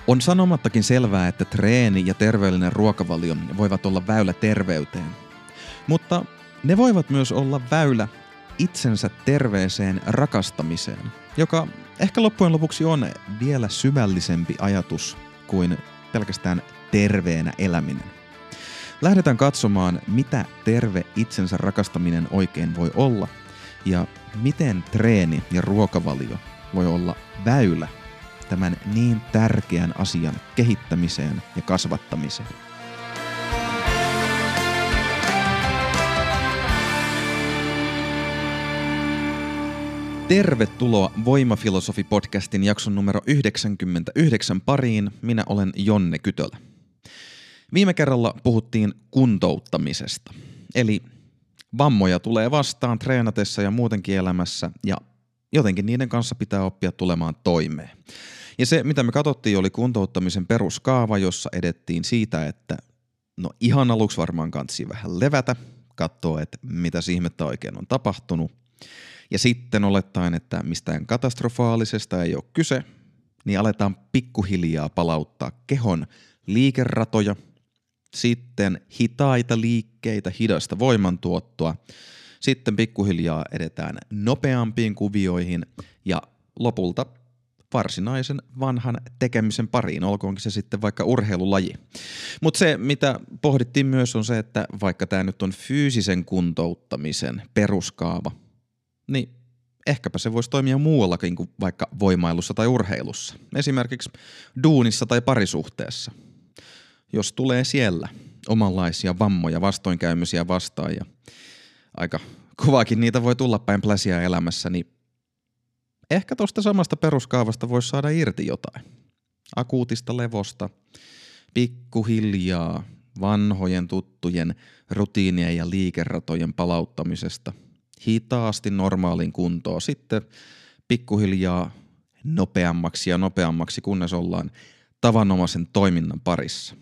On sanomattakin selvää, että treeni ja terveellinen ruokavalio voivat olla väylä terveyteen. Mutta ne voivat myös olla väylä itsensä terveeseen rakastamiseen, joka ehkä loppujen lopuksi on vielä syvällisempi ajatus kuin pelkästään terveenä eläminen. Lähdetään katsomaan, mitä terve itsensä rakastaminen oikein voi olla ja miten treeni ja ruokavalio voi olla väylä tämän niin tärkeän asian kehittämiseen ja kasvattamiseen. Tervetuloa Voimafilosofi-podcastin jakson numero 99 pariin. Minä olen Jonne Kytölä. Viime kerralla puhuttiin kuntouttamisesta. Eli vammoja tulee vastaan treenatessa ja muutenkin elämässä ja jotenkin niiden kanssa pitää oppia tulemaan toimeen. Ja se, mitä me katsottiin, oli kuntouttamisen peruskaava, jossa edettiin siitä, että ihan aluksi varmaan kansi vähän levätä, katsoa, että mitä ihmettä oikein on tapahtunut. Ja sitten olettaen, että mistään katastrofaalisesta ei ole kyse, niin aletaan pikkuhiljaa palauttaa kehon liikeratoja, sitten hitaita liikkeitä, hidasta voimantuottoa, sitten pikkuhiljaa edetään nopeampiin kuvioihin ja lopulta varsinaisen vanhan tekemisen pariin, olkoonkin se sitten vaikka urheilulaji. Mutta se, mitä pohdittiin myös, on se, että vaikka tämä nyt on fyysisen kuntouttamisen peruskaava, niin ehkäpä se voisi toimia muuallakin kuin vaikka voimailussa tai urheilussa. Esimerkiksi duunissa tai parisuhteessa. Jos tulee siellä omanlaisia vammoja, vastoinkäymisiä vastaan ja aika kovaakin niitä voi tulla päin pläsiä elämässä, niin ehkä tuosta samasta peruskaavasta voisi saada irti jotain. Akuutista levosta, pikkuhiljaa vanhojen tuttujen rutiinien ja liikeratojen palauttamisesta, hitaasti normaaliin kuntoon, sitten pikkuhiljaa nopeammaksi, kunnes ollaan tavanomaisen toiminnan parissa.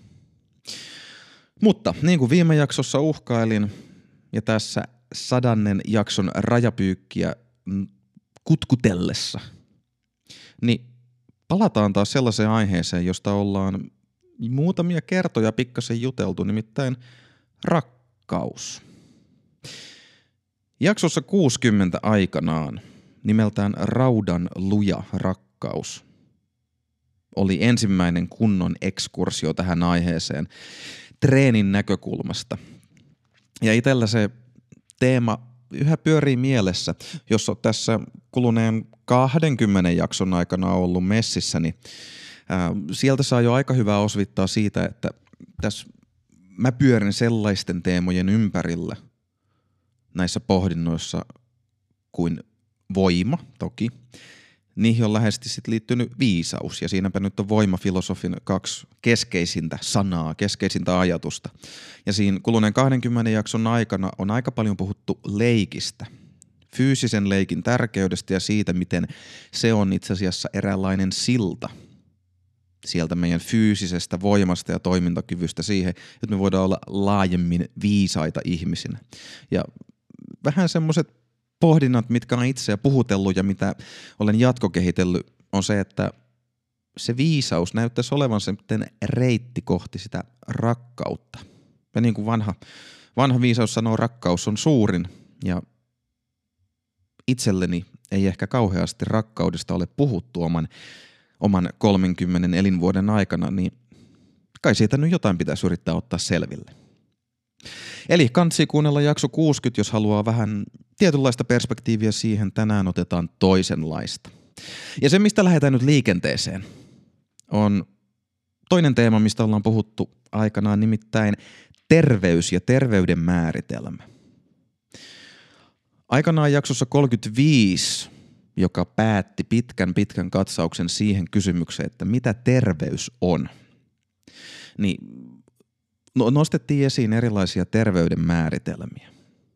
Mutta niin kuin viime jaksossa uhkailin ja tässä 100. jakson rajapyykkiä kutkutellessa, niin palataan taas sellaiseen aiheeseen, josta ollaan muutamia kertoja pikkasen juteltu, nimittäin rakkaus. Jaksossa 60 aikanaan nimeltään Raudan luja rakkaus oli ensimmäinen kunnon ekskursio tähän aiheeseen treenin näkökulmasta. Ja itsellä se teema yhä pyörii mielessä, jos on tässä kuluneen 20 jakson aikana ollut messissä, niin sieltä saa jo aika hyvää osvittaa siitä, että tässä mä pyörin sellaisten teemojen ympärillä näissä pohdinnoissa kuin voima toki. Niihin on läheisesti sit liittynyt viisaus ja siinäpä nyt on voimafilosofin 2 keskeisintä sanaa, keskeisintä ajatusta. Ja siinä kuluneen 20 jakson aikana on aika paljon puhuttu leikistä, fyysisen leikin tärkeydestä ja siitä, miten se on itse asiassa eräänlainen silta sieltä meidän fyysisestä voimasta ja toimintakyvystä siihen, että me voidaan olla laajemmin viisaita ihmisinä. Ja vähän semmoiset pohdinnat, mitkä on itseä puhutellut ja mitä olen jatkokehitellyt, on se, että se viisaus näyttäisi olevan sitten reitti kohti sitä rakkautta. Ja niin kuin vanha viisaus sanoo, rakkaus on suurin ja itselleni ei ehkä kauheasti rakkaudesta ole puhuttu oman 30 elinvuoden aikana, niin kai siitä nyt jotain pitäisi yrittää ottaa selville. Eli kansi kuunnella jakso 60, jos haluaa vähän tietynlaista perspektiiviä siihen. Tänään otetaan toisenlaista. Ja se, mistä lähdetään nyt liikenteeseen, on toinen teema, mistä ollaan puhuttu aikanaan, nimittäin terveys ja terveyden määritelmä. Aikanaan jaksossa 35, joka päätti pitkän katsauksen siihen kysymykseen, että mitä terveys on, niin nostettiin esiin erilaisia terveyden määritelmiä.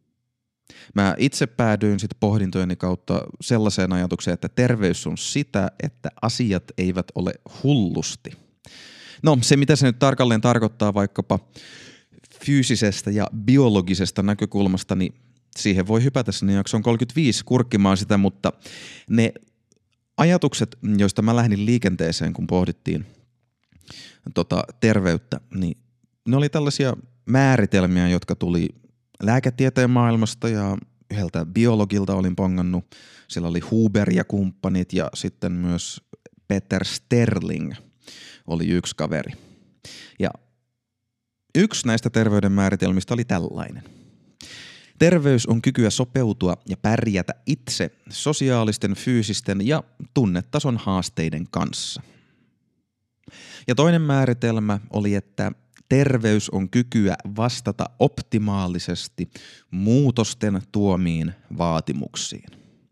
Mä itse päädyin sitten pohdintojeni kautta sellaiseen ajatukseen, että terveys on sitä, että asiat eivät ole hullusti. No se, mitä se nyt tarkalleen tarkoittaa vaikkapa fyysisestä ja biologisesta näkökulmasta, niin siihen voi hypätä sinne jakson 35 kurkkimaan sitä, mutta ne ajatukset, joista mä lähdin liikenteeseen, kun pohdittiin terveyttä, niin ne oli tällaisia määritelmiä, jotka tuli lääketieteen maailmasta ja yhdeltä biologilta olin pongannut. Siellä oli Huber ja kumppanit ja sitten myös Peter Sterling oli yksi kaveri. Ja yksi näistä terveyden määritelmistä oli tällainen. Terveys on kykyä sopeutua ja pärjätä itse sosiaalisten, fyysisten ja tunnetason haasteiden kanssa. Ja toinen määritelmä oli, että terveys on kykyä vastata optimaalisesti muutosten tuomiin vaatimuksiin.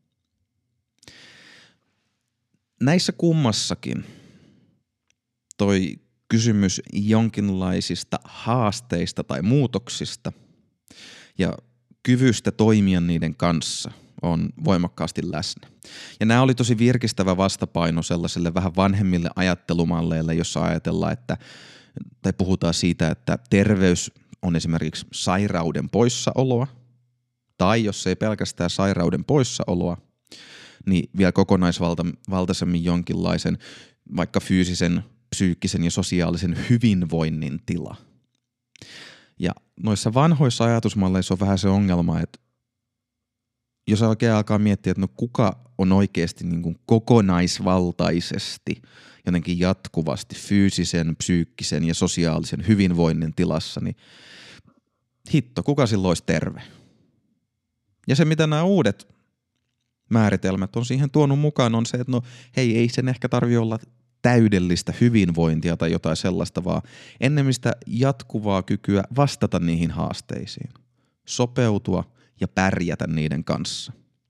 Näissä kummassakin toi kysymys jonkinlaisista haasteista tai muutoksista ja kyvystä toimia niiden kanssa on voimakkaasti läsnä. Ja nämä oli tosi virkistävä vastapaino sellaiselle vähän vanhemmille ajattelumalleille, jossa ajatellaan, tai puhutaan siitä, että terveys on esimerkiksi sairauden poissaoloa, tai jos ei pelkästään sairauden poissaoloa, niin vielä kokonaisvaltaisemmin jonkinlaisen vaikka fyysisen, psyykkisen ja sosiaalisen hyvinvoinnin tila. Ja noissa vanhoissa ajatusmalleissa on vähän se ongelma, että jos oikein alkaa miettiä, että no kuka on oikeasti niin kuin kokonaisvaltaisesti jotenkin jatkuvasti fyysisen, psyykkisen ja sosiaalisen hyvinvoinnin tilassa, niin hitto, kuka silloin olisi terve? Ja se, mitä nämä uudet määritelmät on siihen tuonut mukaan, on se, että no hei, ei sen ehkä tarvitse olla täydellistä hyvinvointia tai jotain sellaista, vaan ennemmin jatkuvaa kykyä vastata niihin haasteisiin, sopeutua ja pärjätä niiden kanssa.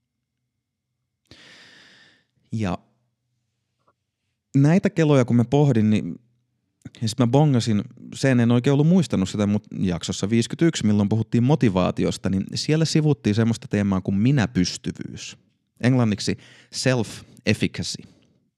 Ja näitä keloja kun mä pohdin, niin sitten mä bongasin, sen en oikein ollut muistanut sitä, mutta jaksossa 51, milloin puhuttiin motivaatiosta, niin siellä sivuttiin semmoista teemaa kuin minäpystyvyys. Englanniksi self-efficacy.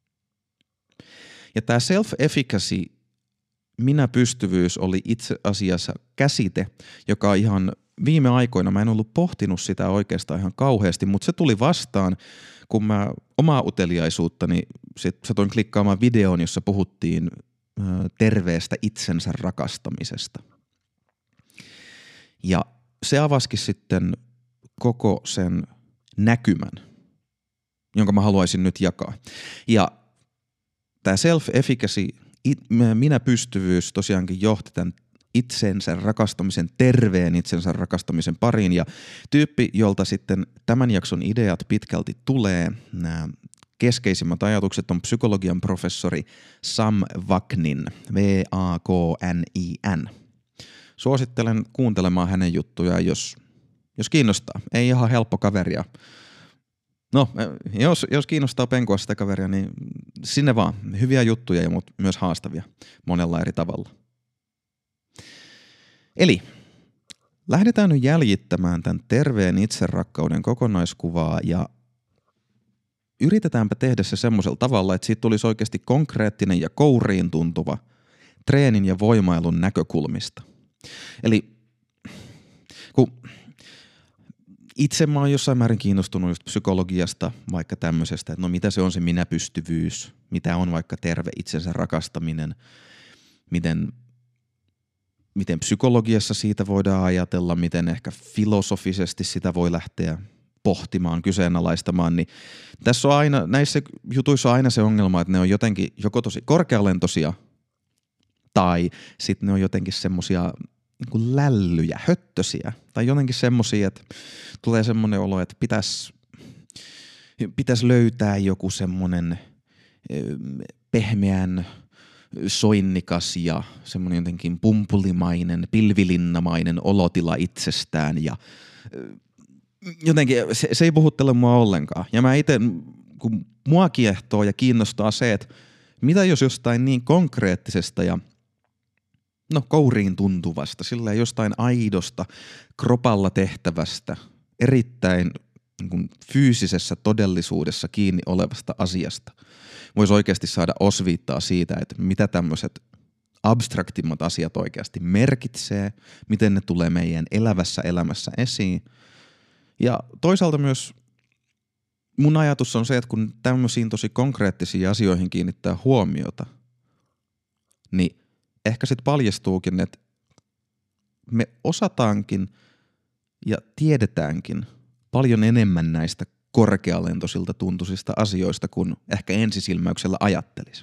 Ja tämä self-efficacy, minäpystyvyys, oli itse asiassa käsite, joka ihan viime aikoina, mä en ollut pohtinut sitä oikeastaan ihan kauheasti, mutta se tuli vastaan, kun mä omaa uteliaisuuttani satoin klikkaamaan videon, jossa puhuttiin terveestä itsensä rakastamisesta. Ja se avasikin sitten koko sen näkymän, jonka mä haluaisin nyt jakaa. Ja tämä self-efficacy, minäpystyvyys tosiaankin johti tämän itsensä rakastamisen, terveen itsensä rakastamisen pariin. Ja tyyppi, jolta sitten tämän jakson ideat pitkälti tulee, nämä keskeisimmät ajatukset on psykologian professori Sam Vaknin, V-A-K-N-I-N. Suosittelen kuuntelemaan hänen juttujaan, jos kiinnostaa. Ei ihan helppo kaveria. No, jos kiinnostaa penkua sitä kaveria, niin sinne vaan. Hyviä juttuja, mutta myös haastavia monella eri tavalla. Eli lähdetään nyt jäljittämään tämän terveen itserakkauden kokonaiskuvaa ja yritetäänpä tehdä se semmoisella tavalla, että siitä tulisi oikeasti konkreettinen ja kouriin tuntuva treenin ja voimailun näkökulmista. Eli kun itse mä oon jossain määrin kiinnostunut just psykologiasta, vaikka tämmöisestä, että no mitä se on se minäpystyvyys, mitä on vaikka terve itsensä rakastaminen, miten psykologiassa siitä voidaan ajatella, miten ehkä filosofisesti sitä voi lähteä pohtimaan, kyseenalaistamaan, niin tässä on aina, näissä jutuissa on aina se ongelma, että ne on jotenkin joko tosi korkealentoisia tai sitten ne on jotenkin semmosia niin kuin lällyjä, höttösiä tai jotenkin semmosia, että tulee semmoinen olo, että pitäisi löytää joku semmoinen pehmeän soinnikas ja semmoinen jotenkin pumpulimainen, pilvilinnamainen olotila itsestään ja jotenkin se ei puhuttele mua ollenkaan. Ja mä itse, kun mua kiehtoo ja kiinnostaa se, että mitä jos jostain niin konkreettisesta ja kouriin tuntuvasta, sillä jostain aidosta, kropalla tehtävästä, erittäin niin kuin fyysisessä todellisuudessa kiinni olevasta asiasta voisi oikeasti saada osviittaa siitä, että mitä tämmöiset abstraktimmat asiat oikeasti merkitsee, miten ne tulee meidän elävässä elämässä esiin. Ja toisaalta myös mun ajatus on se, että kun tämmöisiin tosi konkreettisiin asioihin kiinnittää huomiota, niin ehkä sitten paljastuukin, että me osataankin ja tiedetäänkin paljon enemmän näistä korkealentoisilta tuntuisista asioista kuin ehkä ensisilmäyksellä ajattelisi.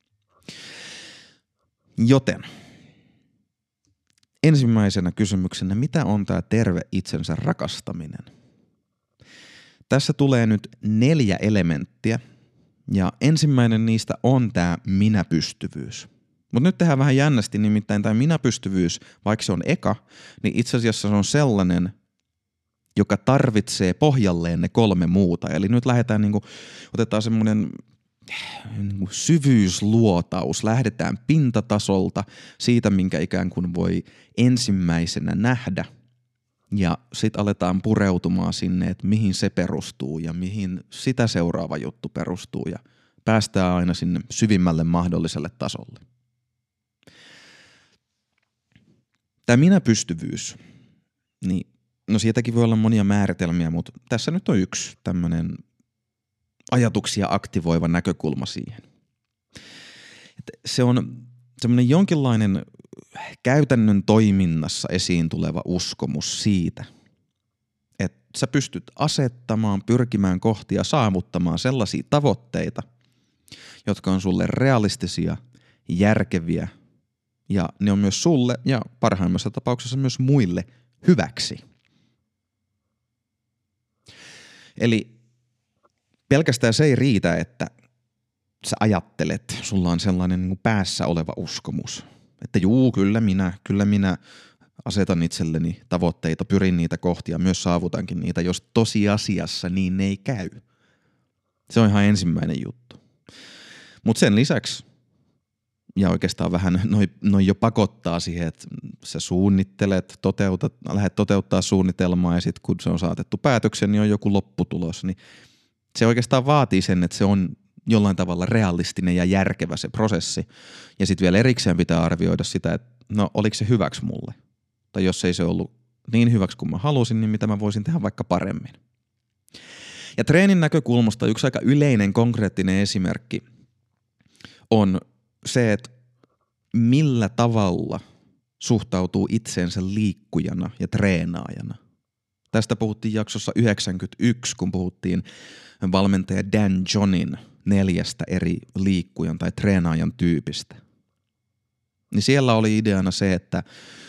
Joten ensimmäisenä kysymyksenä, mitä on tämä terve itsensä rakastaminen? Tässä tulee nyt 4 elementtiä ja ensimmäinen niistä on tämä minäpystyvyys. Mutta nyt tehdään vähän jännästi, nimittäin tämä minäpystyvyys, vaikka se on eka, niin itse asiassa se on sellainen, joka tarvitsee pohjalleen ne 3 muuta. Eli nyt lähdetään otetaan semmoinen syvyysluotaus, lähdetään pintatasolta siitä, minkä ikään kuin voi ensimmäisenä nähdä. Ja sitten aletaan pureutumaan sinne, että mihin se perustuu ja mihin sitä seuraava juttu perustuu ja päästään aina sinne syvimmälle mahdolliselle tasolle. Tämä minäpystyvyys, niin no siitäkin voi olla monia määritelmiä, mutta tässä nyt on yksi tämmöinen ajatuksia aktivoiva näkökulma siihen. Että se on semmoinen jonkinlainen käytännön toiminnassa esiin tuleva uskomus siitä, että sä pystyt asettamaan, pyrkimään kohti ja saavuttamaan sellaisia tavoitteita, jotka on sulle realistisia, järkeviä ja ne on myös sulle ja parhaimmassa tapauksessa myös muille hyväksi. Eli pelkästään se ei riitä, että sä ajattelet, sulla on sellainen päässä oleva uskomus, että juu, kyllä minä asetan itselleni tavoitteita, pyrin niitä kohti ja myös saavutankin niitä, jos tosiasiassa niin ei käy. Se on ihan ensimmäinen juttu. Mutta sen lisäksi, ja oikeastaan vähän noin jo pakottaa siihen, että sä suunnittelet, lähdet toteuttaa suunnitelmaa ja sitten kun se on saatettu päätöksen, niin on joku lopputulos, niin se oikeastaan vaatii sen, että se on jollain tavalla realistinen ja järkevä se prosessi. Ja sitten vielä erikseen pitää arvioida sitä, että no oliko se hyväksi mulle? Tai jos ei se ollut niin hyväksi kuin mä halusin, niin mitä mä voisin tehdä vaikka paremmin. Ja treenin näkökulmasta yksi aika yleinen konkreettinen esimerkki on se, että millä tavalla suhtautuu itseensä liikkujana ja treenaajana. Tästä puhuttiin jaksossa 91, kun puhuttiin valmentaja Dan Johnin 4 eri liikkujan tai treenaajan tyypistä. Niin siellä oli ideana se, että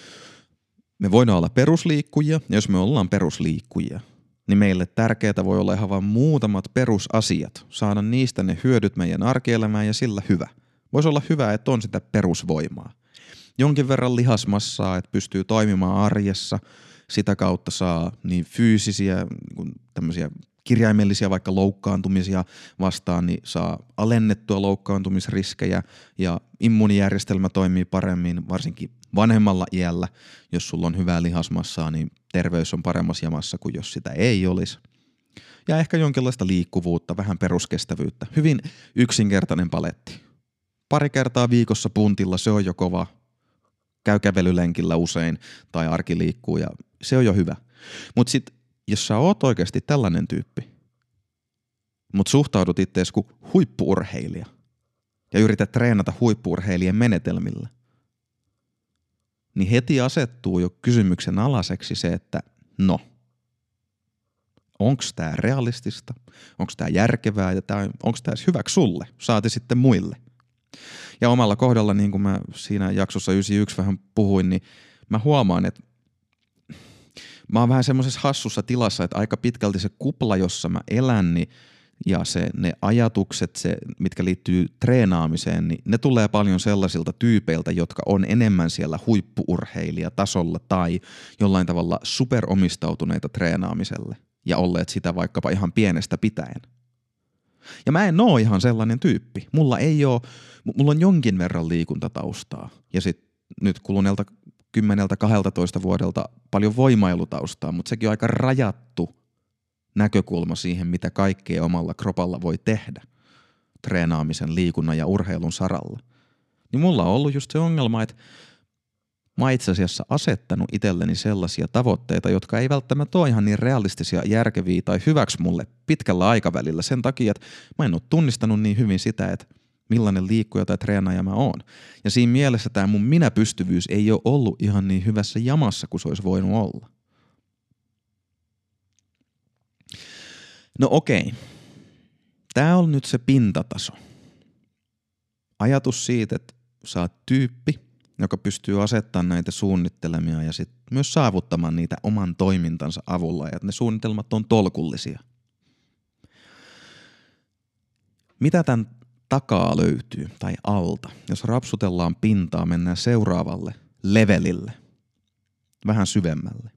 me voidaan olla perusliikkujia, ja jos me ollaan perusliikkujia, niin meille tärkeää voi olla ihan vain muutamat perusasiat, saada niistä ne hyödyt meidän arkielämään ja sillä hyvä. Voisi olla hyvä, että on sitä perusvoimaa. Jonkin verran lihasmassaa, että pystyy toimimaan arjessa, sitä kautta saa niin fyysisiä kuin tämmöisiä kirjaimellisia vaikka loukkaantumisia vastaan, niin saa alennettua loukkaantumisriskejä ja immuunijärjestelmä toimii paremmin, varsinkin vanhemmalla iällä. Jos sulla on hyvää lihasmassaa, niin terveys on paremmassa jamassa kuin jos sitä ei olisi. Ja ehkä jonkinlaista liikkuvuutta, vähän peruskestävyyttä. Hyvin yksinkertainen paletti. 2 kertaa viikossa puntilla, se on jo kova. Käy kävelylenkillä usein tai arki liikkuu ja se on jo hyvä. Mutta sitten jos sä oot oikeasti tällainen tyyppi, mutta suhtaudut itseesi kuin huippu-urheilija ja yrität treenata huippu-urheilijan menetelmillä, niin heti asettuu jo kysymyksen alaiseksi se, että no, onko tämä realistista, onko tämä järkevää ja onko tämä edes hyväksi sulle, saati sitten muille. Ja omalla kohdalla, niin kuin mä siinä jaksossa 91 vähän puhuin, niin mä huomaan, että mä oon vähän semmoisessa hassussa tilassa, että aika pitkälti se kupla, jossa mä elän, niin, ja ne ajatukset, mitkä liittyy treenaamiseen, niin ne tulee paljon sellaisilta tyypeiltä, jotka on enemmän siellä huippu-urheilijatasolla tai jollain tavalla superomistautuneita treenaamiselle ja olleet sitä vaikkapa ihan pienestä pitäen. Ja mä en oo ihan sellainen tyyppi. Mulla on jonkin verran liikuntataustaa ja sit nyt kuluneelta 10-12 vuodelta paljon voimailutaustaa, mutta sekin on aika rajattu näkökulma siihen, mitä kaikkea omalla kropalla voi tehdä treenaamisen, liikunnan ja urheilun saralla. Niin mulla on ollut just se ongelma, että mä oon itse asiassa asettanut itselleni sellaisia tavoitteita, jotka ei välttämättä ole ihan niin realistisia, järkeviä tai hyväksi mulle pitkällä aikavälillä sen takia, että mä en ole tunnistanut niin hyvin sitä, että millainen liikkuja tai treenaaja mä oon. Ja siinä mielessä tämä mun minäpystyvyys ei ole ollut ihan niin hyvässä jamassa kuin se olisi voinut olla. No okei. Tää on nyt se pintataso. Ajatus siitä, että sä oot tyyppi, joka pystyy asettamaan näitä suunnittelemia ja sit myös saavuttamaan niitä oman toimintansa avulla ja että ne suunnitelmat on tolkullisia. Mitä tämän takaa löytyy tai alta? Jos rapsutellaan pintaa, mennään seuraavalle levelille, vähän syvemmälle.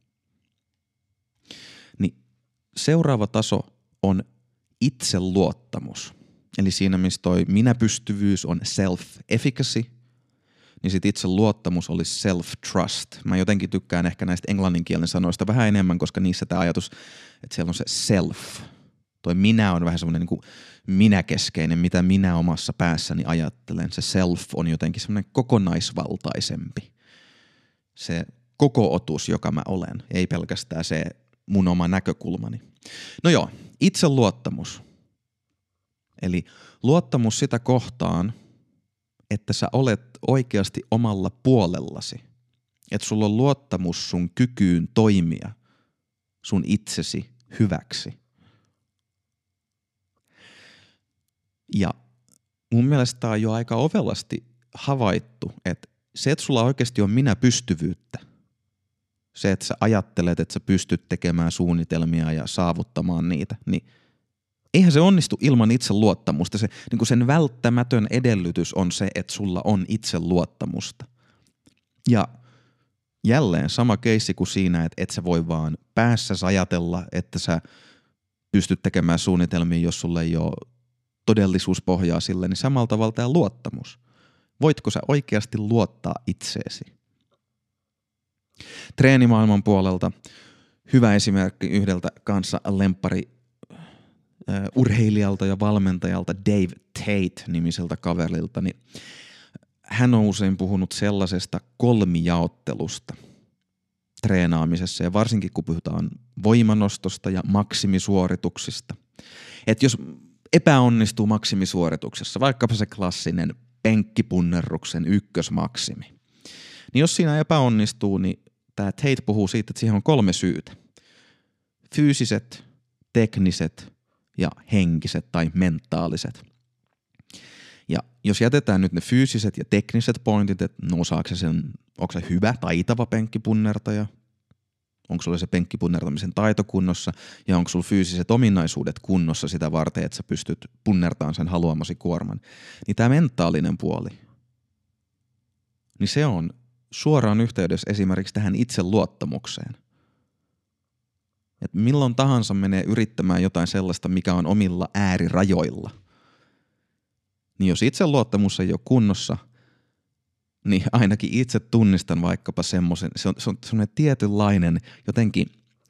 Niin seuraava taso on itseluottamus. Eli siinä, missä toi minäpystyvyys on self-efficacy, niin sit itseluottamus olisi self-trust. Mä jotenkin tykkään ehkä näistä englanninkielen sanoista vähän enemmän, koska niissä tämä ajatus, että siellä on se self. Toi minä on vähän semmoinen niin kuin minäkeskeinen, mitä minä omassa päässäni ajattelen. Se self on jotenkin semmoinen kokonaisvaltaisempi. Se koko otus, joka mä olen, ei pelkästään se mun oma näkökulmani. No joo, itseluottamus. Eli luottamus sitä kohtaan, että sä olet oikeasti omalla puolellasi. Että sulla on luottamus sun kykyyn toimia sun itsesi hyväksi. Ja mun mielestä tää on jo aika ovelasti havaittu, että se, että sulla oikeasti on minäpystyvyyttä, se, että sä ajattelet, että sä pystyt tekemään suunnitelmia ja saavuttamaan niitä, niin eihän se onnistu ilman itseluottamusta. Se, niin kuin sen välttämätön edellytys on se, että sulla on itseluottamusta. Ja jälleen sama keissi kuin siinä, että et sä voi vaan päässäsi ajatella, että sä pystyt tekemään suunnitelmia, jos sulla ei ole todellisuuspohjaa sille, niin samalla tavalla tämä luottamus. Voitko sä oikeasti luottaa itseesi? Treenimaailman puolelta hyvä esimerkki yhdeltä kanssa lemppari urheilijalta ja valmentajalta Dave Tate-nimiseltä kaverilta, niin hän on usein puhunut sellaisesta kolmijaottelusta treenaamisessa ja varsinkin kun puhutaan voimanostosta ja maksimisuorituksista. Että jos epäonnistuu maksimisuorituksessa, vaikkapa se klassinen penkkipunnerruksen ykkösmaksimi, niin jos siinä epäonnistuu, niin tämä Tate puhuu siitä, että siihen on 3 syytä. Fyysiset, tekniset ja henkiset tai mentaaliset. Ja jos jätetään nyt ne fyysiset ja tekniset pointit, että no onko se hyvä, taitava penkkipunnertaja, onko sulla se penkkipunnertamisen taito kunnossa ja onko sulla fyysiset ominaisuudet kunnossa sitä varten, että sä pystyt punnertamaan sen haluamasi kuorman, niin tämä mentaalinen puoli, niin se on suoraan yhteydessä esimerkiksi tähän itseluottamukseen. Et milloin tahansa menee yrittämään jotain sellaista, mikä on omilla äärirajoilla, niin jos itseluottamus ei ole kunnossa, niin ainakin itse tunnistan vaikkapa semmoisen, se on semmoinen tietynlainen jotenkin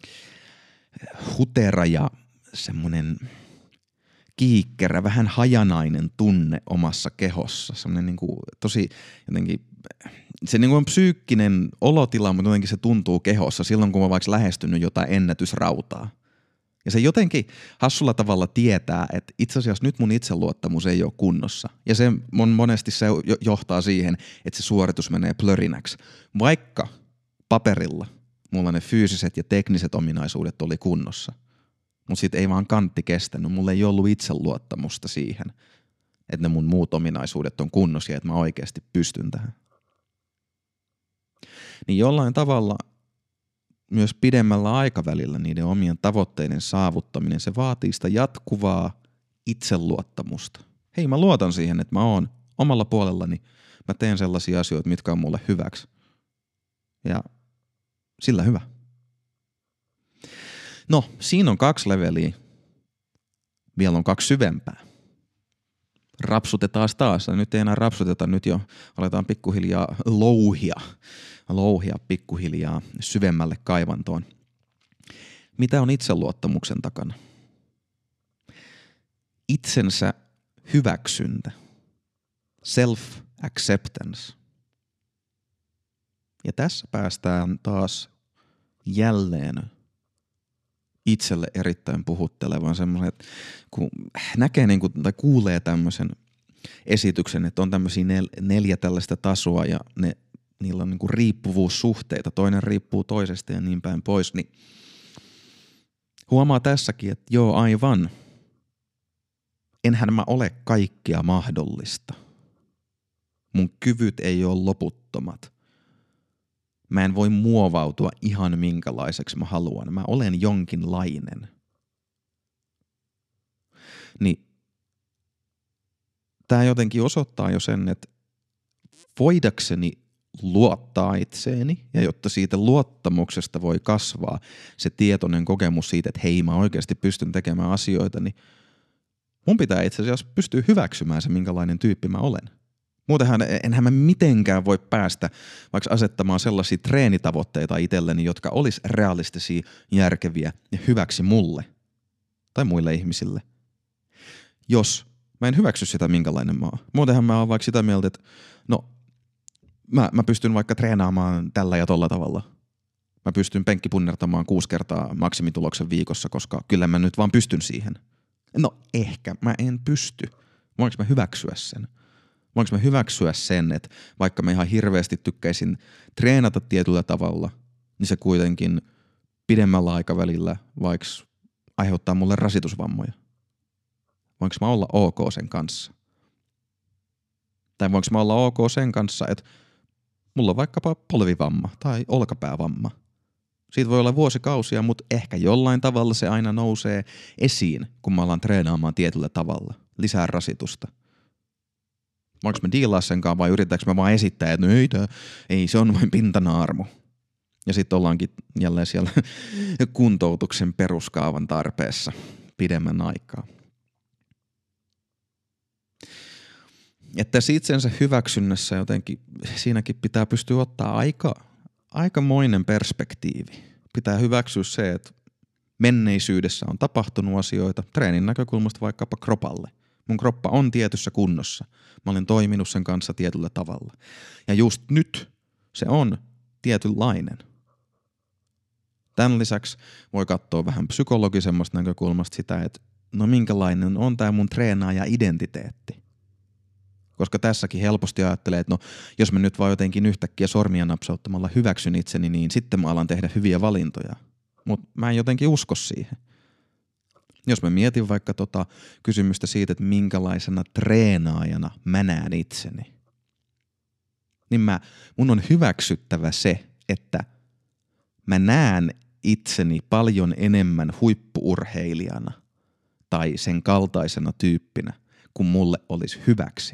hutera ja semmoinen kiikkerä, vähän hajanainen tunne omassa kehossa. Semmoinen niin kuin tosi jotenkin, se niin kuin on psyykkinen olotila, mutta jotenkin se tuntuu kehossa silloin, kun mä vaikka lähestynyt jotain ennätysrautaa. Ja se jotenkin hassulla tavalla tietää, että itse asiassa nyt mun itseluottamus ei ole kunnossa. Ja se monesti se johtaa siihen, että se suoritus menee plörinäksi. Vaikka paperilla mulla ne fyysiset ja tekniset ominaisuudet oli kunnossa. Mutta sit ei vaan kantti kestänyt. Mulla ei ollut itseluottamusta siihen, että ne mun muut ominaisuudet on kunnossa ja että mä oikeasti pystyn tähän. Niin jollain tavalla myös pidemmällä aikavälillä niiden omien tavoitteiden saavuttaminen, se vaatii sitä jatkuvaa itseluottamusta. Hei, mä luotan siihen, että mä oon omalla puolellani, mä teen sellaisia asioita, mitkä on mulle hyväksi. Ja sillä hyvä. No, siinä on 2 leveliä. Vielä on 2 syvempää. Rapsutetaan taas. Nyt ei enää rapsuteta, nyt jo aletaan pikkuhiljaa louhia pikkuhiljaa syvemmälle kaivantoon. Mitä on itseluottamuksen takana? Itsensä hyväksyntä. Self-acceptance. Ja tässä päästään taas jälleen itselle erittäin puhuttelevan semmoisen, että kun näkee tai kuulee tämmöisen esityksen, että on tämmöisiä 4 tällaista tasoa ja niillä on niinku riippuvuussuhteita, toinen riippuu toisesta ja niin päin pois, niin huomaa tässäkin, että joo aivan, enhän mä ole kaikkea mahdollista. Mun kyvyt ei ole loputtomat. Mä en voi muovautua ihan minkälaiseksi mä haluan. Mä olen jonkinlainen. Niin tää jotenkin osoittaa jo sen, että voidakseni luottaa itseeni ja jotta siitä luottamuksesta voi kasvaa se tietoinen kokemus siitä, että hei mä oikeasti pystyn tekemään asioita, niin mun pitää itse asiassa pystyä hyväksymään se, minkälainen tyyppi mä olen. Muutenhan enhän mä mitenkään voi päästä vaikka asettamaan sellaisia treenitavoitteita itselleni, jotka olisi realistisia, järkeviä ja hyväksi mulle tai muille ihmisille, jos mä en hyväksy sitä, minkälainen mä oon. Muutenhan mä oon vaikka sitä mieltä, että no mä pystyn vaikka treenaamaan tällä ja tolla tavalla. Mä pystyn penkkipunnertamaan 6 kertaa maksimituloksen viikossa, koska kyllä mä nyt vaan pystyn siihen. No ehkä mä en pysty. Voinko mä hyväksyä sen? Voinko mä hyväksyä sen, että vaikka mä ihan hirveästi tykkäisin treenata tietyllä tavalla, niin se kuitenkin pidemmällä aikavälillä vaikka aiheuttaa mulle rasitusvammoja? Voinko mä olla ok sen kanssa? Tai voinko mä olla ok sen kanssa, että mulla on vaikkapa polvivamma tai olkapäävamma. Siitä voi olla vuosikausia, mutta ehkä jollain tavalla se aina nousee esiin, kun mä alan treenaamaan tietyllä tavalla. Lisää rasitusta. Voinko mä diilaa senkaan vai yritätkö mä vaan esittää, että no ei se on vain pintanaarmu. Ja sitten ollaankin jälleen siellä kuntoutuksen peruskaavan tarpeessa pidemmän aikaa. Että tässä itsensä hyväksynnässä jotenkin siinäkin pitää pystyä ottaa aikamoinen perspektiivi. Pitää hyväksyä se, että menneisyydessä on tapahtunut asioita, treenin näkökulmasta vaikkapa kropalle. Mun kroppa on tietyssä kunnossa. Mä olen toiminut sen kanssa tietyllä tavalla. Ja just nyt se on tietynlainen. Tämän lisäksi voi katsoa vähän psykologisemmasta näkökulmasta sitä, että no minkälainen on tää mun treenaaja-identiteetti. Koska tässäkin helposti ajattelee, että no jos mä nyt vaan jotenkin yhtäkkiä sormia napsauttamalla hyväksyn itseni, niin sitten mä alan tehdä hyviä valintoja. Mutta mä en jotenkin usko siihen. Jos mä mietin vaikka kysymystä siitä, että minkälaisena treenaajana mä näen itseni, niin mun on hyväksyttävä se, että mä näen itseni paljon enemmän huippu-urheilijana tai sen kaltaisena tyyppinä, kun mulle olisi hyväksi.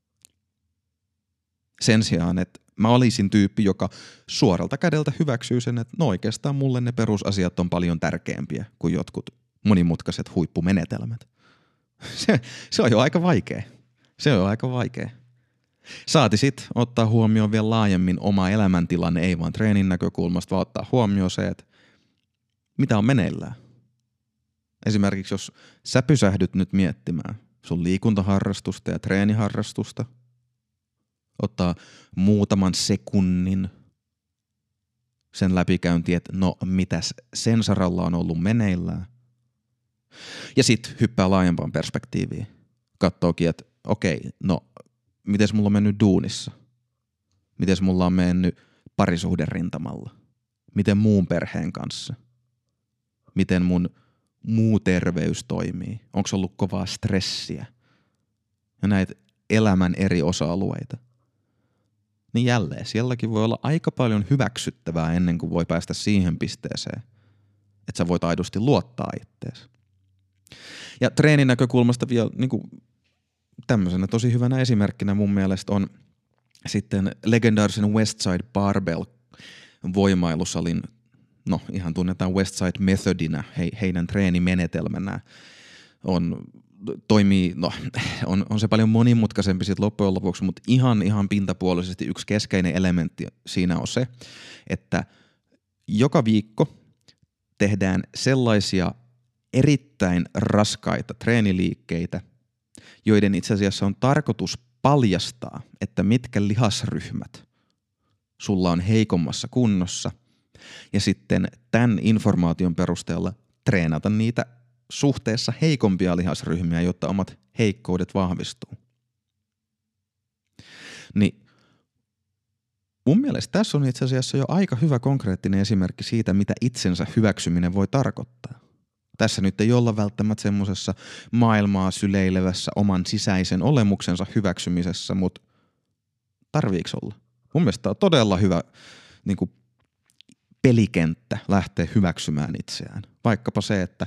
Sen sijaan, että mä olisin tyyppi, joka suoralta kädeltä hyväksyy sen, että no oikeastaan mulle ne perusasiat on paljon tärkeämpiä kuin jotkut monimutkaiset huippumenetelmät. Se on jo aika vaikea. Se on jo aika vaikea. Saati sit ottaa huomioon vielä laajemmin oma elämäntilanne, ei vaan treenin näkökulmasta, vaan ottaa huomioon se, että mitä on meneillään. Esimerkiksi jos sä pysähdyt nyt miettimään sun liikuntaharrastusta ja treeniharrastusta, ottaa muutaman sekunnin sen läpikäynti, että no mitäs sen saralla on ollut meneillään. Ja sit hyppää laajempaan perspektiiviin. Kattookin, että okei, no mites mulla on mennyt duunissa? Mites mulla on mennyt parisuhderintamalla? Miten muun perheen kanssa? Miten mun muu terveys toimii? Onko ollut kovaa stressiä? Ja näitä elämän eri osa-alueita. Niin jälleen, sielläkin voi olla aika paljon hyväksyttävää ennen kuin voi päästä siihen pisteeseen, että sä voit aidosti luottaa ittees. Ja treenin näkökulmasta vielä niin kuin tämmöisenä tosi hyvänä esimerkkinä mun mielestä on sitten legendaarisen Westside Barbell voimailusalin, no ihan tunnetaan Westside Methodina, heidän treenimenetelmänä on se paljon monimutkaisempi sit loppujen lopuksi, mutta ihan pintapuolisesti yksi keskeinen elementti siinä on se, että joka viikko tehdään sellaisia erittäin raskaita treeniliikkeitä, joiden itse asiassa on tarkoitus paljastaa, että mitkä lihasryhmät sulla on heikommassa kunnossa, ja sitten tämän informaation perusteella treenata niitä suhteessa heikompia lihasryhmiä, jotta omat heikkoudet vahvistuu. Niin mun mielestä tässä on itse asiassa jo aika hyvä konkreettinen esimerkki siitä, mitä itsensä hyväksyminen voi tarkoittaa. Tässä nyt ei olla välttämättä semmoisessa maailmaa syleilevässä oman sisäisen olemuksensa hyväksymisessä, mutta tarviiks olla? Mun mielestä on todella hyvä niin kuin pelikenttä lähteä hyväksymään itseään. Vaikkapa se, että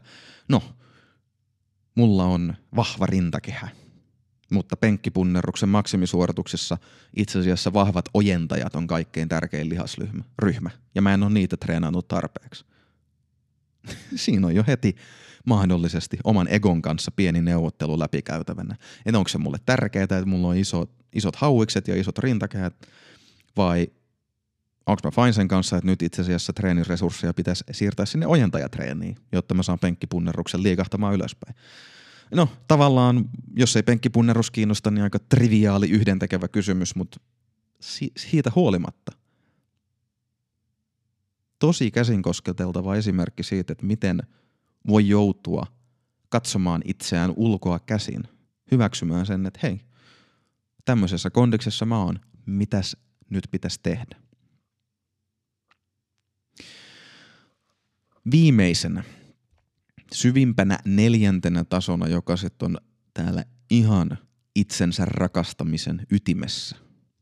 mulla on vahva rintakehä, mutta penkkipunnerruksen maksimisuorituksessa itse asiassa vahvat ojentajat on kaikkein tärkein lihasryhmä, ja mä en ole niitä treenannut tarpeeksi. Siinä on jo heti mahdollisesti oman egon kanssa pieni neuvottelu läpikäytävänä. Että onko se mulle tärkeää, että mulla on isot hauikset ja isot rintakehät, vai onko mä fine sen kanssa, että nyt itse asiassa treeniresursseja pitäisi siirtää sinne ojentajatreeniin, jotta mä saan penkkipunnerruksen liikahtamaan ylöspäin. No tavallaan, jos ei penkkipunnerus kiinnosta, niin aika triviaali yhdentekevä kysymys, mutta siitä huolimatta. Tosi käsin kosketeltava esimerkki siitä, että miten voi joutua katsomaan itseään ulkoa käsin, hyväksymään sen, että hei, tämmöisessä kondiksessa mä oon, mitäs nyt pitäisi tehdä. Viimeisenä, syvimpänä 4. tasona, joka sitten on täällä ihan itsensä rakastamisen ytimessä,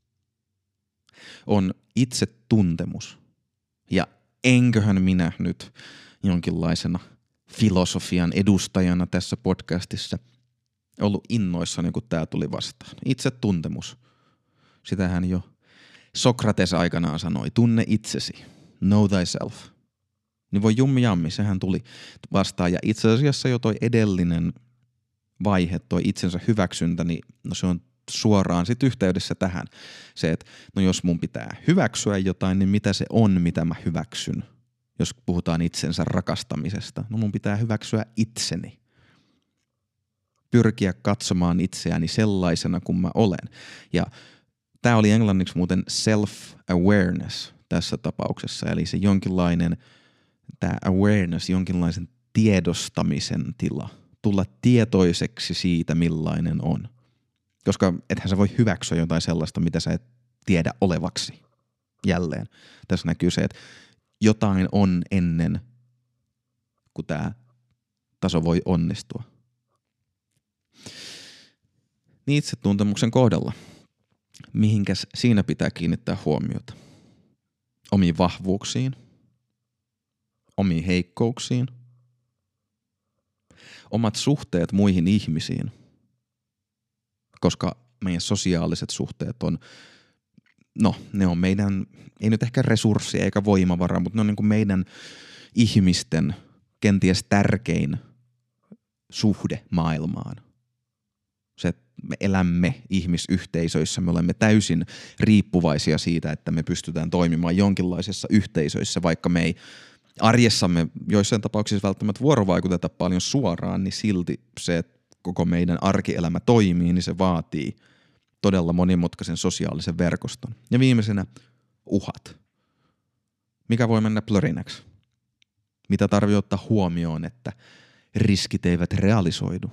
on itsetuntemus. Ja enköhän minä nyt jonkinlaisena filosofian edustajana tässä podcastissa ollut innoissani, kun tää tuli vastaan. Itsetuntemus. Sitähän jo Sokrates aikanaan sanoi, tunne itsesi, know thyself. Niin voi jummi jammi, sehän tuli vastaan. Ja itse asiassa jo toi edellinen vaihe, toi itsensä hyväksyntä, niin se on suoraan sit yhteydessä tähän. Se, että jos mun pitää hyväksyä jotain, niin mitä se on, mitä mä hyväksyn? Jos puhutaan itsensä rakastamisesta, mun pitää hyväksyä itseni. Pyrkiä katsomaan itseäni sellaisena kuin mä olen. Ja tää oli englanniksi muuten self-awareness tässä tapauksessa, eli se jonkinlainen, tää awareness, jonkinlaisen tiedostamisen tila. Tulla tietoiseksi siitä, millainen on. Koska ethän sä voi hyväksyä jotain sellaista, mitä sä et tiedä olevaksi. Jälleen. Tässä näkyy se, että jotain on ennen kuin tää taso voi onnistua. Niin itsetuntemuksen kohdalla. Mihinkäs siinä pitää kiinnittää huomiota? Omiin vahvuuksiin, omiin heikkouksiin, omat suhteet muihin ihmisiin, koska meidän sosiaaliset suhteet on, ne on meidän, ei nyt ehkä resurssi eikä voimavara, mutta ne on niin kuin meidän ihmisten kenties tärkein suhde maailmaan. Se, että me elämme ihmisyhteisöissä, me olemme täysin riippuvaisia siitä, että me pystytään toimimaan jonkinlaisessa yhteisöissä, vaikka me ei arjessamme joissain tapauksissa välttämättä vuorovaikuteta paljon suoraan, niin silti se, että koko meidän arkielämä toimii, niin se vaatii todella monimutkaisen sosiaalisen verkoston. Ja viimeisenä uhat. Mikä voi mennä plörinäksi? Mitä tarvitsee ottaa huomioon, että riskit eivät realisoidu?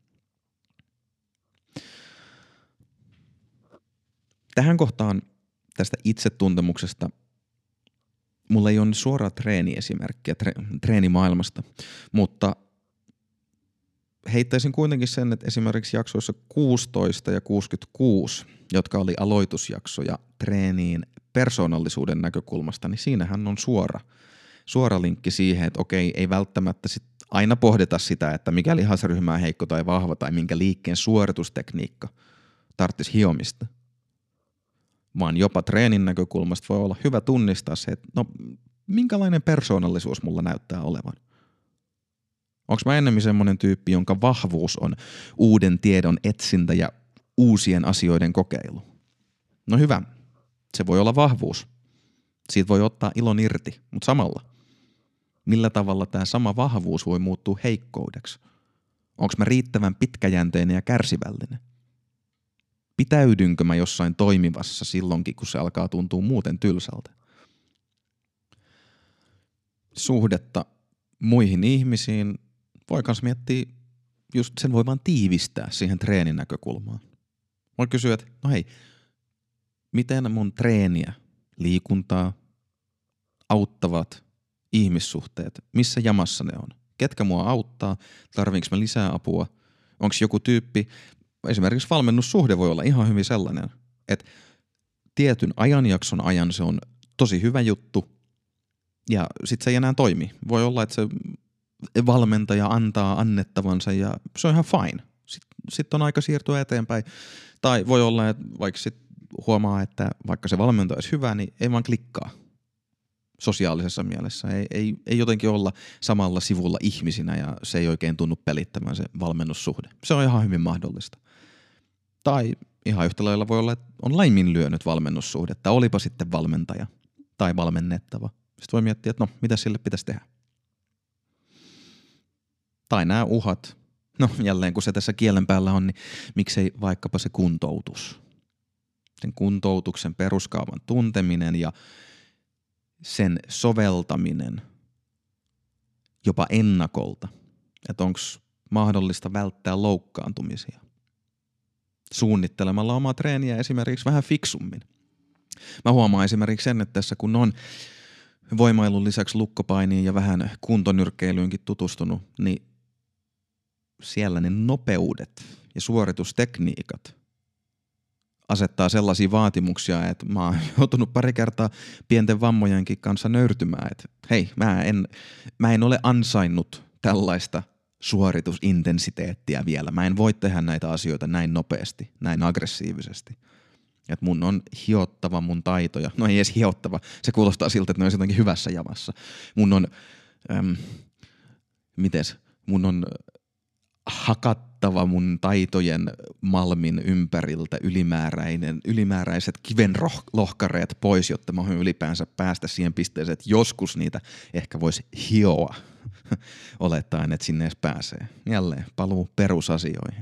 Tähän kohtaan tästä itsetuntemuksesta mulla ei ole suoraa treeniesimerkkiä treenimaailmasta, mutta heittäisin kuitenkin sen, että esimerkiksi jaksoissa 16 ja 66, jotka oli aloitusjaksoja treeniin persoonallisuuden näkökulmasta, niin siinähän on suora linkki siihen, että okei, ei välttämättä sit aina pohdita sitä, että mikä lihasryhmä on heikko tai vahva tai minkä liikkeen suoritustekniikka tarvitsisi hiomista. Vaan jopa treenin näkökulmasta voi olla hyvä tunnistaa se, että minkälainen persoonallisuus mulla näyttää olevan. Onko mä ennemmin semmoinen tyyppi, jonka vahvuus on uuden tiedon etsintä ja uusien asioiden kokeilu? No hyvä, se voi olla vahvuus. Siitä voi ottaa ilon irti, mutta samalla, millä tavalla tämä sama vahvuus voi muuttua heikkoudeksi? Onko mä riittävän pitkäjänteinen ja kärsivällinen? Pitäydynkö mä jossain toimivassa silloinkin, kun se alkaa tuntua muuten tylsältä? Suhdetta muihin ihmisiin voi kans miettiä, just sen voi vaan tiivistää siihen treenin näkökulmaan. Voi kysyä, että hei, miten mun treeniä, liikuntaa, auttavat ihmissuhteet, missä jamassa ne on. Ketkä mua auttaa, tarviinko mä lisää apua, onko joku tyyppi, esimerkiksi valmennussuhde voi olla ihan hyvin sellainen, että tietyn ajanjakson ajan se on tosi hyvä juttu ja sit se ei enää toimi. Voi olla, että se valmentaja antaa annettavansa ja se on ihan fine. Sitten on aika siirtyä eteenpäin. Tai voi olla, että vaikka sit huomaa, että vaikka se valmentaja olisi hyvä, niin ei vaan klikkaa sosiaalisessa mielessä. Ei jotenkin olla samalla sivulla ihmisinä ja se ei oikein tunnu pelittämään se valmennussuhde. Se on ihan hyvin mahdollista. Tai ihan yhtä lailla voi olla, että on laiminlyönyt valmennussuhdetta, olipa sitten valmentaja tai valmennettava. Sitten voi miettiä, että no, mitä sille pitäisi tehdä. Tai nämä uhat. No jälleen, kun se tässä kielen päällä on, niin miksei vaikkapa se kuntoutus. Sen kuntoutuksen peruskaavan tunteminen ja sen soveltaminen jopa ennakolta. Että onko mahdollista välttää loukkaantumisia. Suunnittelemalla omaa treeniä esimerkiksi vähän fiksummin. Mä huomaan esimerkiksi sen, että tässä kun on voimailun lisäksi lukkopainiin ja vähän kuntonyrkkeilyynkin tutustunut, niin siellä ne nopeudet ja suoritustekniikat asettaa sellaisia vaatimuksia, että mä oon joutunut pari kertaa pienten vammojenkin kanssa nöyrtymään, että hei, mä en ole ansainnut tällaista suoritusintensiteettiä vielä. Mä en voi tehdä näitä asioita näin nopeasti, näin aggressiivisesti. Että mun on hiottava mun taitoja. No ei edes hiottava, se kuulostaa siltä, että ne on jotenkin hyvässä jamassa. Mun on, mun on hakattava mun taitojen malmin ympäriltä ylimääräiset kivenlohkareet pois, jotta mä voin ylipäänsä päästä siihen pisteeseen, että joskus niitä ehkä voisi hioa, olettaen, että sinne edes pääsee. Jälleen paluu perusasioihin.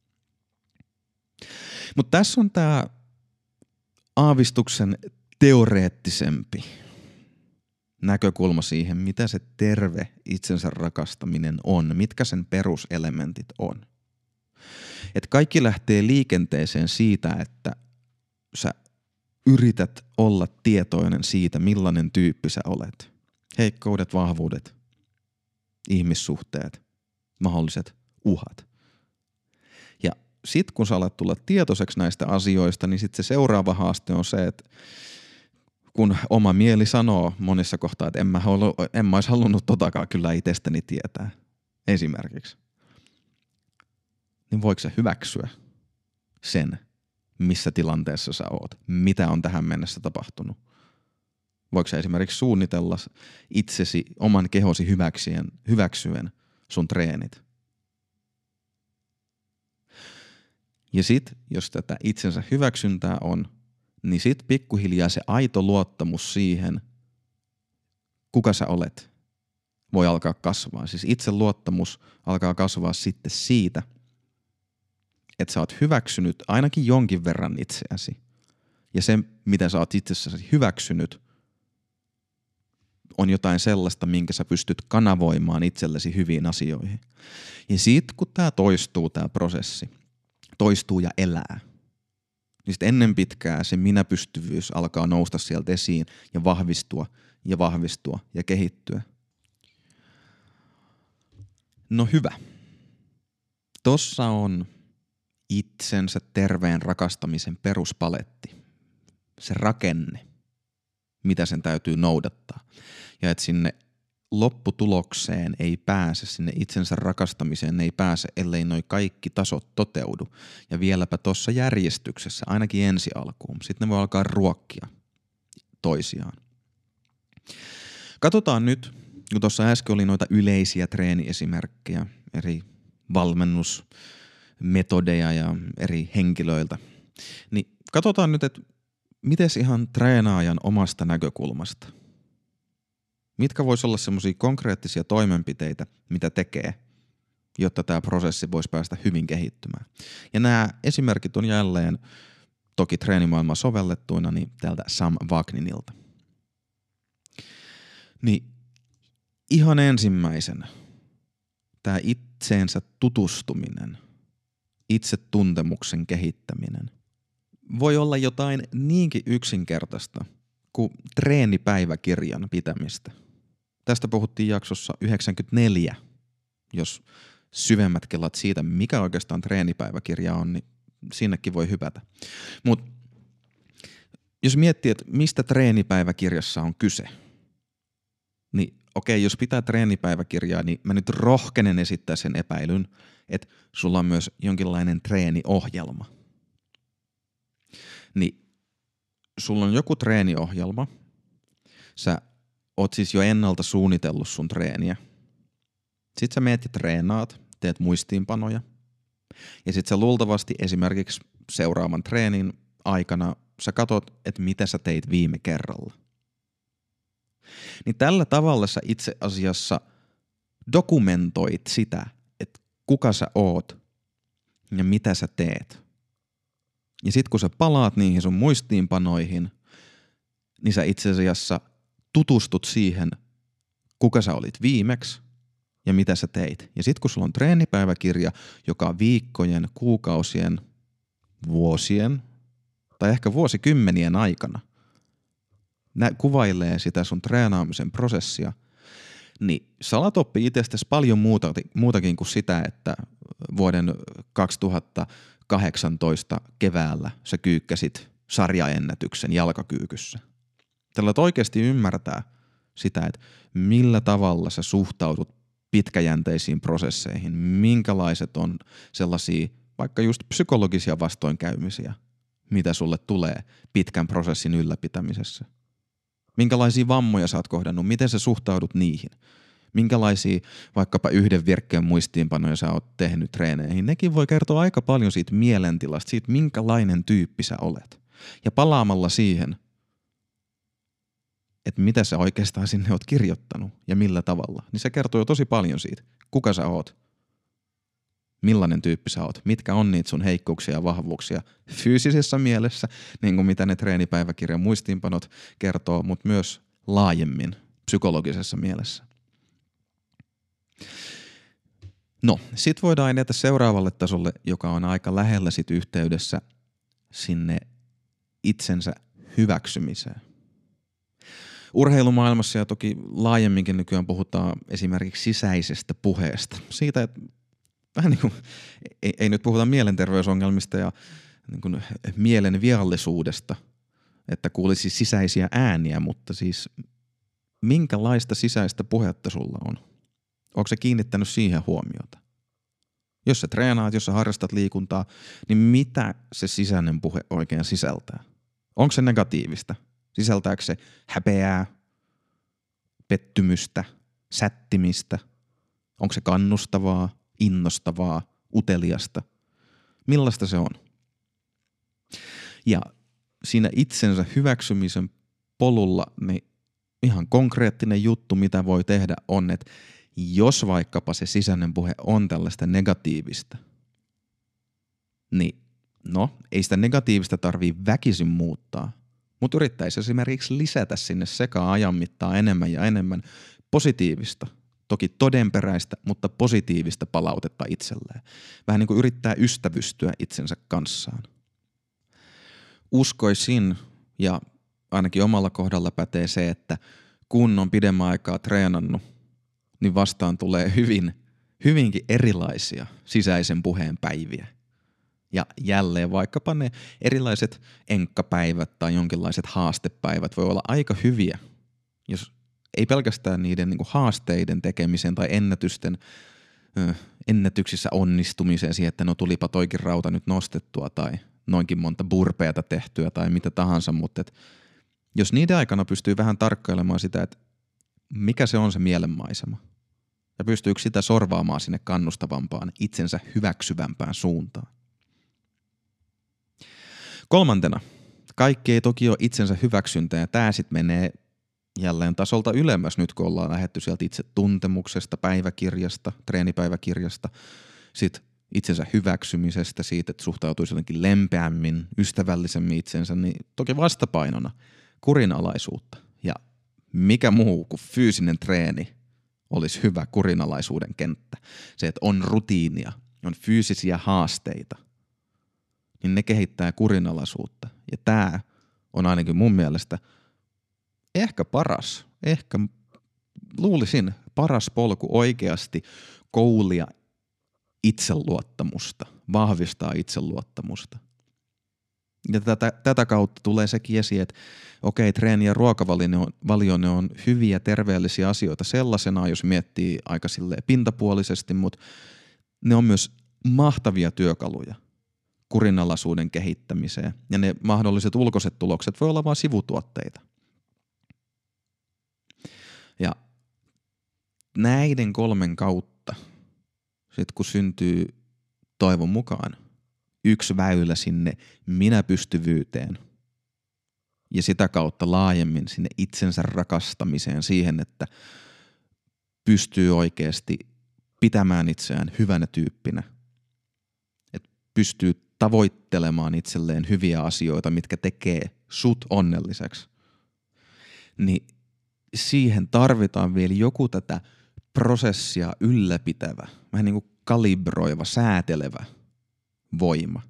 Mutta tässä on tää aavistuksen teoreettisempi näkökulma siihen, mitä se terve itsensä rakastaminen on, mitkä sen peruselementit on. Et kaikki lähtee liikenteeseen siitä, että sä yrität olla tietoinen siitä, millainen tyyppi sä olet. Heikkoudet, vahvuudet, ihmissuhteet, mahdolliset uhat. Ja sit kun sä alat tulla tietoiseksi näistä asioista, niin sit se seuraava haaste on se, että kun oma mieli sanoo monissa kohtaa, että en mä olisi halunnut totakaan kyllä itsestäni tietää, esimerkiksi, niin voiko sä hyväksyä sen, missä tilanteessa sä oot, mitä on tähän mennessä tapahtunut? Voiko sä esimerkiksi suunnitella itsesi oman kehosi hyväksyen sun treenit? Ja sit, jos tätä itsensä hyväksyntää on, niin sit pikkuhiljaa se aito luottamus siihen, kuka sä olet, voi alkaa kasvaa. Siis itse luottamus alkaa kasvaa sitten siitä, että sä oot hyväksynyt ainakin jonkin verran itseäsi. Ja se, mitä sä oot itsessäsi hyväksynyt, on jotain sellaista, minkä sä pystyt kanavoimaan itsellesi hyviin asioihin. Ja sit kun tää prosessi toistuu ja elää, niin sitten ennen pitkää se minäpystyvyys alkaa nousta sieltä esiin ja vahvistua ja vahvistua ja kehittyä. No hyvä. Tossa on itsensä terveen rakastamisen peruspaletti. Se rakenne, mitä sen täytyy noudattaa. Ja että sinne lopputulokseen ei pääse, sinne itsensä rakastamiseen ei pääse, ellei noi kaikki tasot toteudu. Ja vieläpä tuossa järjestyksessä, ainakin ensi alkuun. Sitten ne voi alkaa ruokkia toisiaan. Katsotaan nyt, kun tuossa äsken oli noita yleisiä treeniesimerkkejä, eri valmennusmetodeja ja eri henkilöiltä, niin katsotaan nyt, että mites ihan treenaajan omasta näkökulmasta? Mitkä voisi olla semmoisia konkreettisia toimenpiteitä, mitä tekee, jotta tämä prosessi voisi päästä hyvin kehittymään. Ja nämä esimerkit on jälleen toki treenimaailmaan sovellettuina niin täältä Sam Vakninilta. Niin ihan ensimmäisenä tämä itseensä tutustuminen, itsetuntemuksen kehittäminen, voi olla jotain niinkin yksinkertaista kuin treenipäiväkirjan pitämistä. Tästä puhuttiin jaksossa 94, jos syvemmät kelat siitä, mikä oikeastaan treenipäiväkirja on, niin sinnekin voi hypätä. Mutta jos miettii, että mistä treenipäiväkirjassa on kyse, niin okei, jos pitää treenipäiväkirjaa, niin mä nyt rohkenen esittää sen epäilyn, että sulla on myös jonkinlainen treeniohjelma. Niin sulla on joku treeniohjelma, sä oot siis jo ennalta suunnitellut sun treeniä. Sit sä meet ja treenaat, teet muistiinpanoja. Ja sit sä luultavasti esimerkiksi seuraavan treenin aikana sä katot, että mitä sä teit viime kerralla. Niin tällä tavalla sä itse asiassa dokumentoit sitä, että kuka sä oot ja mitä sä teet. Ja sit kun sä palaat niihin sun muistiinpanoihin, niin sä itse asiassa tutustut siihen, kuka sä olit viimeksi ja mitä sä teit. Ja sit kun sulla on treenipäiväkirja, joka viikkojen, kuukausien, vuosien tai ehkä vuosikymmenien aikana kuvailee sitä sun treenaamisen prosessia, niin sä alat oppia itsestäsi paljon muutakin kuin sitä, että vuoden 2018 keväällä sä kyykkäsit sarjaennätyksen jalkakyykyssä. Tällä oikeasti ymmärtää sitä, että millä tavalla sä suhtaudut pitkäjänteisiin prosesseihin, minkälaiset on sellaisia vaikka just psykologisia vastoinkäymisiä, mitä sulle tulee pitkän prosessin ylläpitämisessä. Minkälaisia vammoja sä oot kohdannut, miten sä suhtaudut niihin, minkälaisia vaikkapa yhden virkkeen muistiinpanoja sä oot tehnyt treeneihin. Nekin voi kertoa aika paljon siitä mielentilasta, siitä minkälainen tyyppi sä olet. Ja palaamalla siihen, että mitä sä oikeastaan sinne oot kirjoittanut ja millä tavalla, niin se kertoo jo tosi paljon siitä, kuka sä oot, millainen tyyppi sä oot, mitkä on niitä sun heikkouksia ja vahvuuksia fyysisessä mielessä, niin kuin mitä ne treenipäiväkirjan muistiinpanot kertoo, mutta myös laajemmin psykologisessa mielessä. No, sit voidaan edetä seuraavalle tasolle, joka on aika lähellä sit yhteydessä sinne itsensä hyväksymiseen. Urheilumaailmassa ja toki laajemminkin nykyään puhutaan esimerkiksi sisäisestä puheesta. Siitä, että vähän niin kuin, ei nyt puhuta mielenterveysongelmista ja niin kuin mielen viallisuudesta, että kuulisi sisäisiä ääniä, mutta siis minkälaista sisäistä puhetta sulla on? Onko se kiinnittänyt siihen huomiota? Jos sä treenaat, jos sä harrastat liikuntaa, niin mitä se sisäinen puhe oikein sisältää? Onko se negatiivista? Sisältääkö se häpeää, pettymystä, sättimistä? Onko se kannustavaa, innostavaa, uteliasta? Millaista se on? Ja siinä itsensä hyväksymisen polulla niin ihan konkreettinen juttu, mitä voi tehdä on, että jos vaikkapa se sisäinen puhe on tällaista negatiivista, niin no, ei sitä negatiivista tarvii väkisin muuttaa, mutta yrittäisi esimerkiksi lisätä sinne sekaan ajan mittaan enemmän ja enemmän positiivista, toki todenperäistä, mutta positiivista palautetta itselleen. Vähän niin kuin yrittää ystävystyä itsensä kanssaan. Uskoisin, ja ainakin omalla kohdalla pätee se, että kun on pidemmän aikaa treenannut, niin vastaan tulee hyvinkin erilaisia sisäisen puheen päiviä. Ja jälleen vaikkapa ne erilaiset enkkapäivät tai jonkinlaiset haastepäivät voi olla aika hyviä, jos ei pelkästään niiden niin kuin haasteiden tekemiseen tai ennätyksissä onnistumiseen siihen, että no tulipa toikin rauta nyt nostettua tai noinkin monta burpeata tehtyä tai mitä tahansa, mutta jos niiden aikana pystyy vähän tarkkailemaan sitä, että mikä se on se mielenmaisema ja pystyykö sitä sorvaamaan sinne kannustavampaan, itsensä hyväksyvämpään suuntaan. Kolmantena, kaikki ei toki ole itsensä hyväksyntää ja tää sit menee jälleen tasolta ylemmäs nyt kun ollaan lähdetty sieltä itse tuntemuksesta, päiväkirjasta, treenipäiväkirjasta, sit itsensä hyväksymisestä, siitä, että suhtautuisi jotenkin lempeämmin, ystävällisemmin itsensä, niin toki vastapainona kurinalaisuutta. Ja mikä muu kuin fyysinen treeni olisi hyvä kurinalaisuuden kenttä. Se, että on rutiinia, on fyysisiä haasteita. niin ne kehittää kurinalaisuutta. Ja tämä on ainakin mun mielestä ehkä paras, ehkä luulisin paras polku oikeasti koulia itseluottamusta, vahvistaa itseluottamusta. Ja tätä kautta tulee sekin esiin, että okei, treeni ja ruokavalio ne on hyviä terveellisiä asioita sellaisenaan, jos miettii aika silleen pintapuolisesti, mutta ne on myös mahtavia työkaluja kurinalaisuuden kehittämiseen. Ja ne mahdolliset ulkoiset tulokset voi olla vain sivutuotteita. Ja näiden 3 kautta, sit kun syntyy toivon mukaan yksi väylä sinne minäpystyvyyteen ja sitä kautta laajemmin sinne itsensä rakastamiseen siihen, että pystyy oikeasti pitämään itseään hyvänä tyyppinä. Että pystyy tavoittelemaan itselleen hyviä asioita, mitkä tekee sut onnelliseksi. Niin siihen tarvitaan vielä joku tätä prosessia ylläpitävä, vähän niin kuin kalibroiva, säätelevä voima.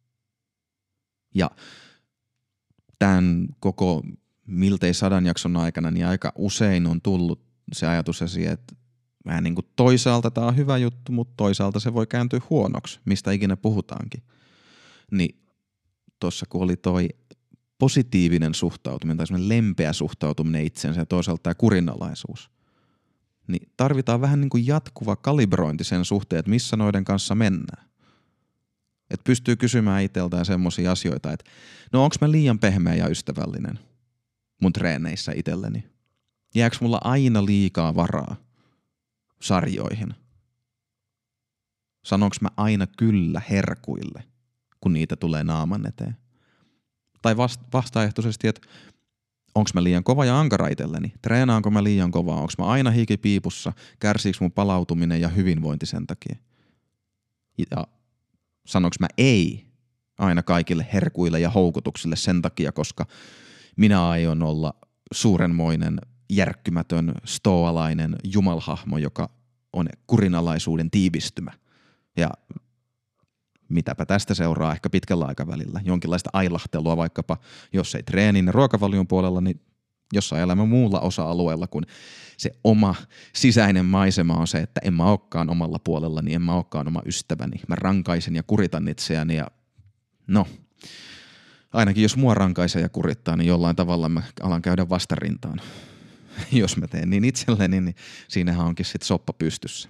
Ja tämän koko miltei 100 jakson aikana niin aika usein on tullut se ajatus esiin, että vähän niin kuin toisaalta tämä on hyvä juttu, mutta toisaalta se voi kääntyä huonoksi, mistä ikinä puhutaankin. Niin tuossa kun oli toi positiivinen suhtautuminen tai semmoinen lempeä suhtautuminen itsensä ja toisaalta tämä kurinalaisuus, niin tarvitaan vähän niin kuin jatkuva kalibrointi sen suhteen, että missä noiden kanssa mennään. Että pystyy kysymään itseltään semmoisia asioita, että no onks mä liian pehmeä ja ystävällinen mun treeneissä itselleni? Jääkö mulla aina liikaa varaa sarjoihin? Sanonko mä aina kyllä herkuille, kun niitä tulee naaman eteen? Tai vastaehtoisesti, että onko mä liian kova ja ankara itselleni? Treenaanko mä liian kovaa? Onko mä aina hikipiipussa? Kärsiikö mun palautuminen ja hyvinvointi sen takia? Ja sanonko mä ei aina kaikille herkuille ja houkutuksille sen takia, koska minä aion olla suurenmoinen, järkkymätön, stoalainen jumalhahmo, joka on kurinalaisuuden tiivistymä. Ja mitäpä tästä seuraa ehkä pitkällä aikavälillä. Jonkinlaista ailahtelua vaikkapa, jos ei treenin ja ruokavalion puolella, niin jossain elämän muulla osa-alueella, kun se oma sisäinen maisema on se, että en mä olekaan omalla puolellani, en mä olekaan oma ystäväni. Mä rankaisen ja kuritan itseäni ja no, ainakin jos mua rankaisee ja kurittaa, niin jollain tavalla mä alan käydä vastarintaan. Jos mä teen niin itselleni, niin siinähän onkin sit soppa pystyssä.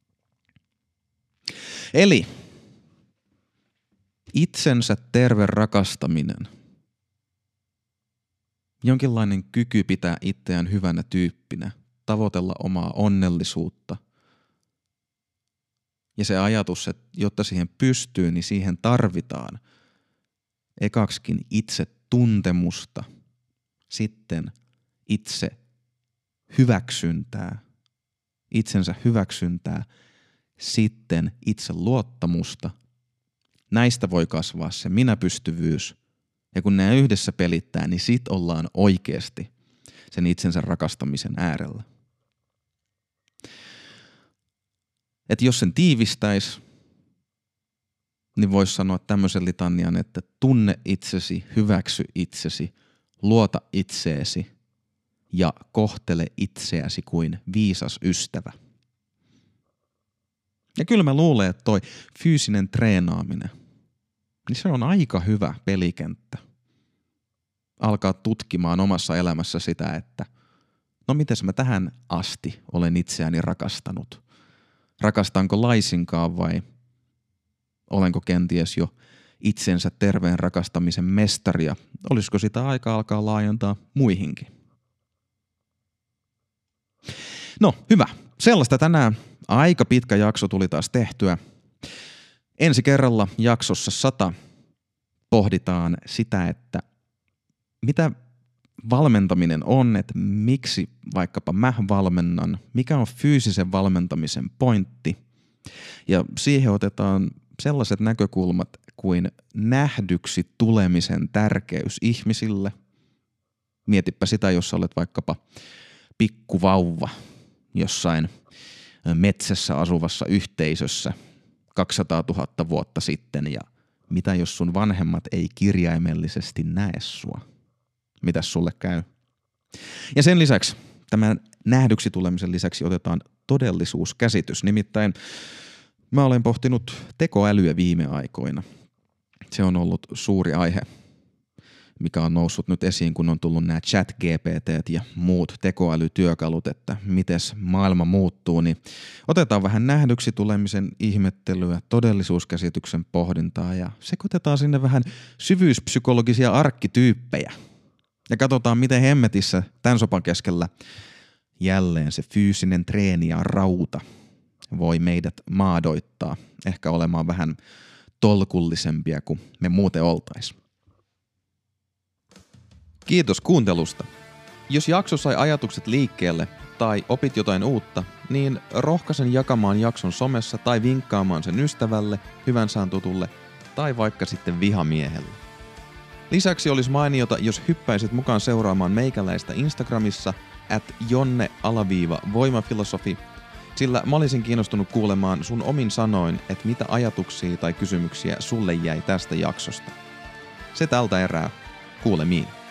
Eli itsensä terve rakastaminen. Jonkinlainen kyky pitää itseään hyvänä tyyppinä, tavoitella omaa onnellisuutta. Ja se ajatus, että jotta siihen pystyy, niin siihen tarvitaan ekaksikin itse tuntemusta, sitten itse hyväksyntää, itsensä hyväksyntää, sitten itse luottamusta. Näistä voi kasvaa se minäpystyvyys. Ja kun nämä yhdessä pelittää, niin sit ollaan oikeasti sen itsensä rakastamisen äärellä. Että jos sen tiivistäisi, niin voisi sanoa tämmöisen litanian, että tunne itsesi, hyväksy itsesi, luota itseesi ja kohtele itseäsi kuin viisas ystävä. Ja kyllä mä luulen, että toi fyysinen treenaaminen, niin se on aika hyvä pelikenttä. Alkaa tutkimaan omassa elämässä sitä, että no mites mä tähän asti olen itseäni rakastanut. Rakastanko laisinkaan vai olenko kenties jo itsensä terveen rakastamisen mestaria? Olisiko sitä aika alkaa laajentaa muihinkin? No hyvä, sellaista tänään. Aika pitkä jakso tuli taas tehtyä. Ensi kerralla jaksossa 100 pohditaan sitä, että mitä valmentaminen on, että miksi vaikkapa mä valmennan, mikä on fyysisen valmentamisen pointti. Ja siihen otetaan sellaiset näkökulmat kuin nähdyksi tulemisen tärkeys ihmisille. Mietipä sitä, jos olet vaikkapa pikkuvauva jossain metsässä asuvassa yhteisössä 200 000 vuotta sitten ja Mitä jos sun vanhemmat ei kirjaimellisesti näe sua? Mitäs sulle käy? Ja sen lisäksi, tämän nähdyksi tulemisen lisäksi otetaan todellisuuskäsitys. Nimittäin mä olen pohtinut tekoälyä viime aikoina. Se on ollut suuri aihe, mikä on noussut nyt esiin, kun on tullut nämä chat-GPTt ja muut tekoälytyökalut, että mites maailma muuttuu, niin otetaan vähän nähdyksi tulemisen ihmettelyä, todellisuuskäsityksen pohdintaa ja sekoitetaan sinne vähän syvyyspsykologisia arkkityyppejä. Ja katsotaan, miten hemmetissä tämän sopan keskellä jälleen se fyysinen treeni ja rauta voi meidät maadoittaa, ehkä olemaan vähän tolkullisempia kuin me muuten oltais. Kiitos kuuntelusta. Jos jakso sai ajatukset liikkeelle tai opit jotain uutta, niin rohkaisen jakamaan jakson somessa tai vinkkaamaan sen ystävälle, hyvän sään tutulle tai vaikka sitten vihamiehelle. Lisäksi olisi mainiota, jos hyppäisit mukaan seuraamaan meikäläistä Instagramissa @jonne_voimafilosofi, sillä mä olisin kiinnostunut kuulemaan sun omin sanoin, että mitä ajatuksia tai kysymyksiä sulle jäi tästä jaksosta. Se tältä erää. Kuulemiin.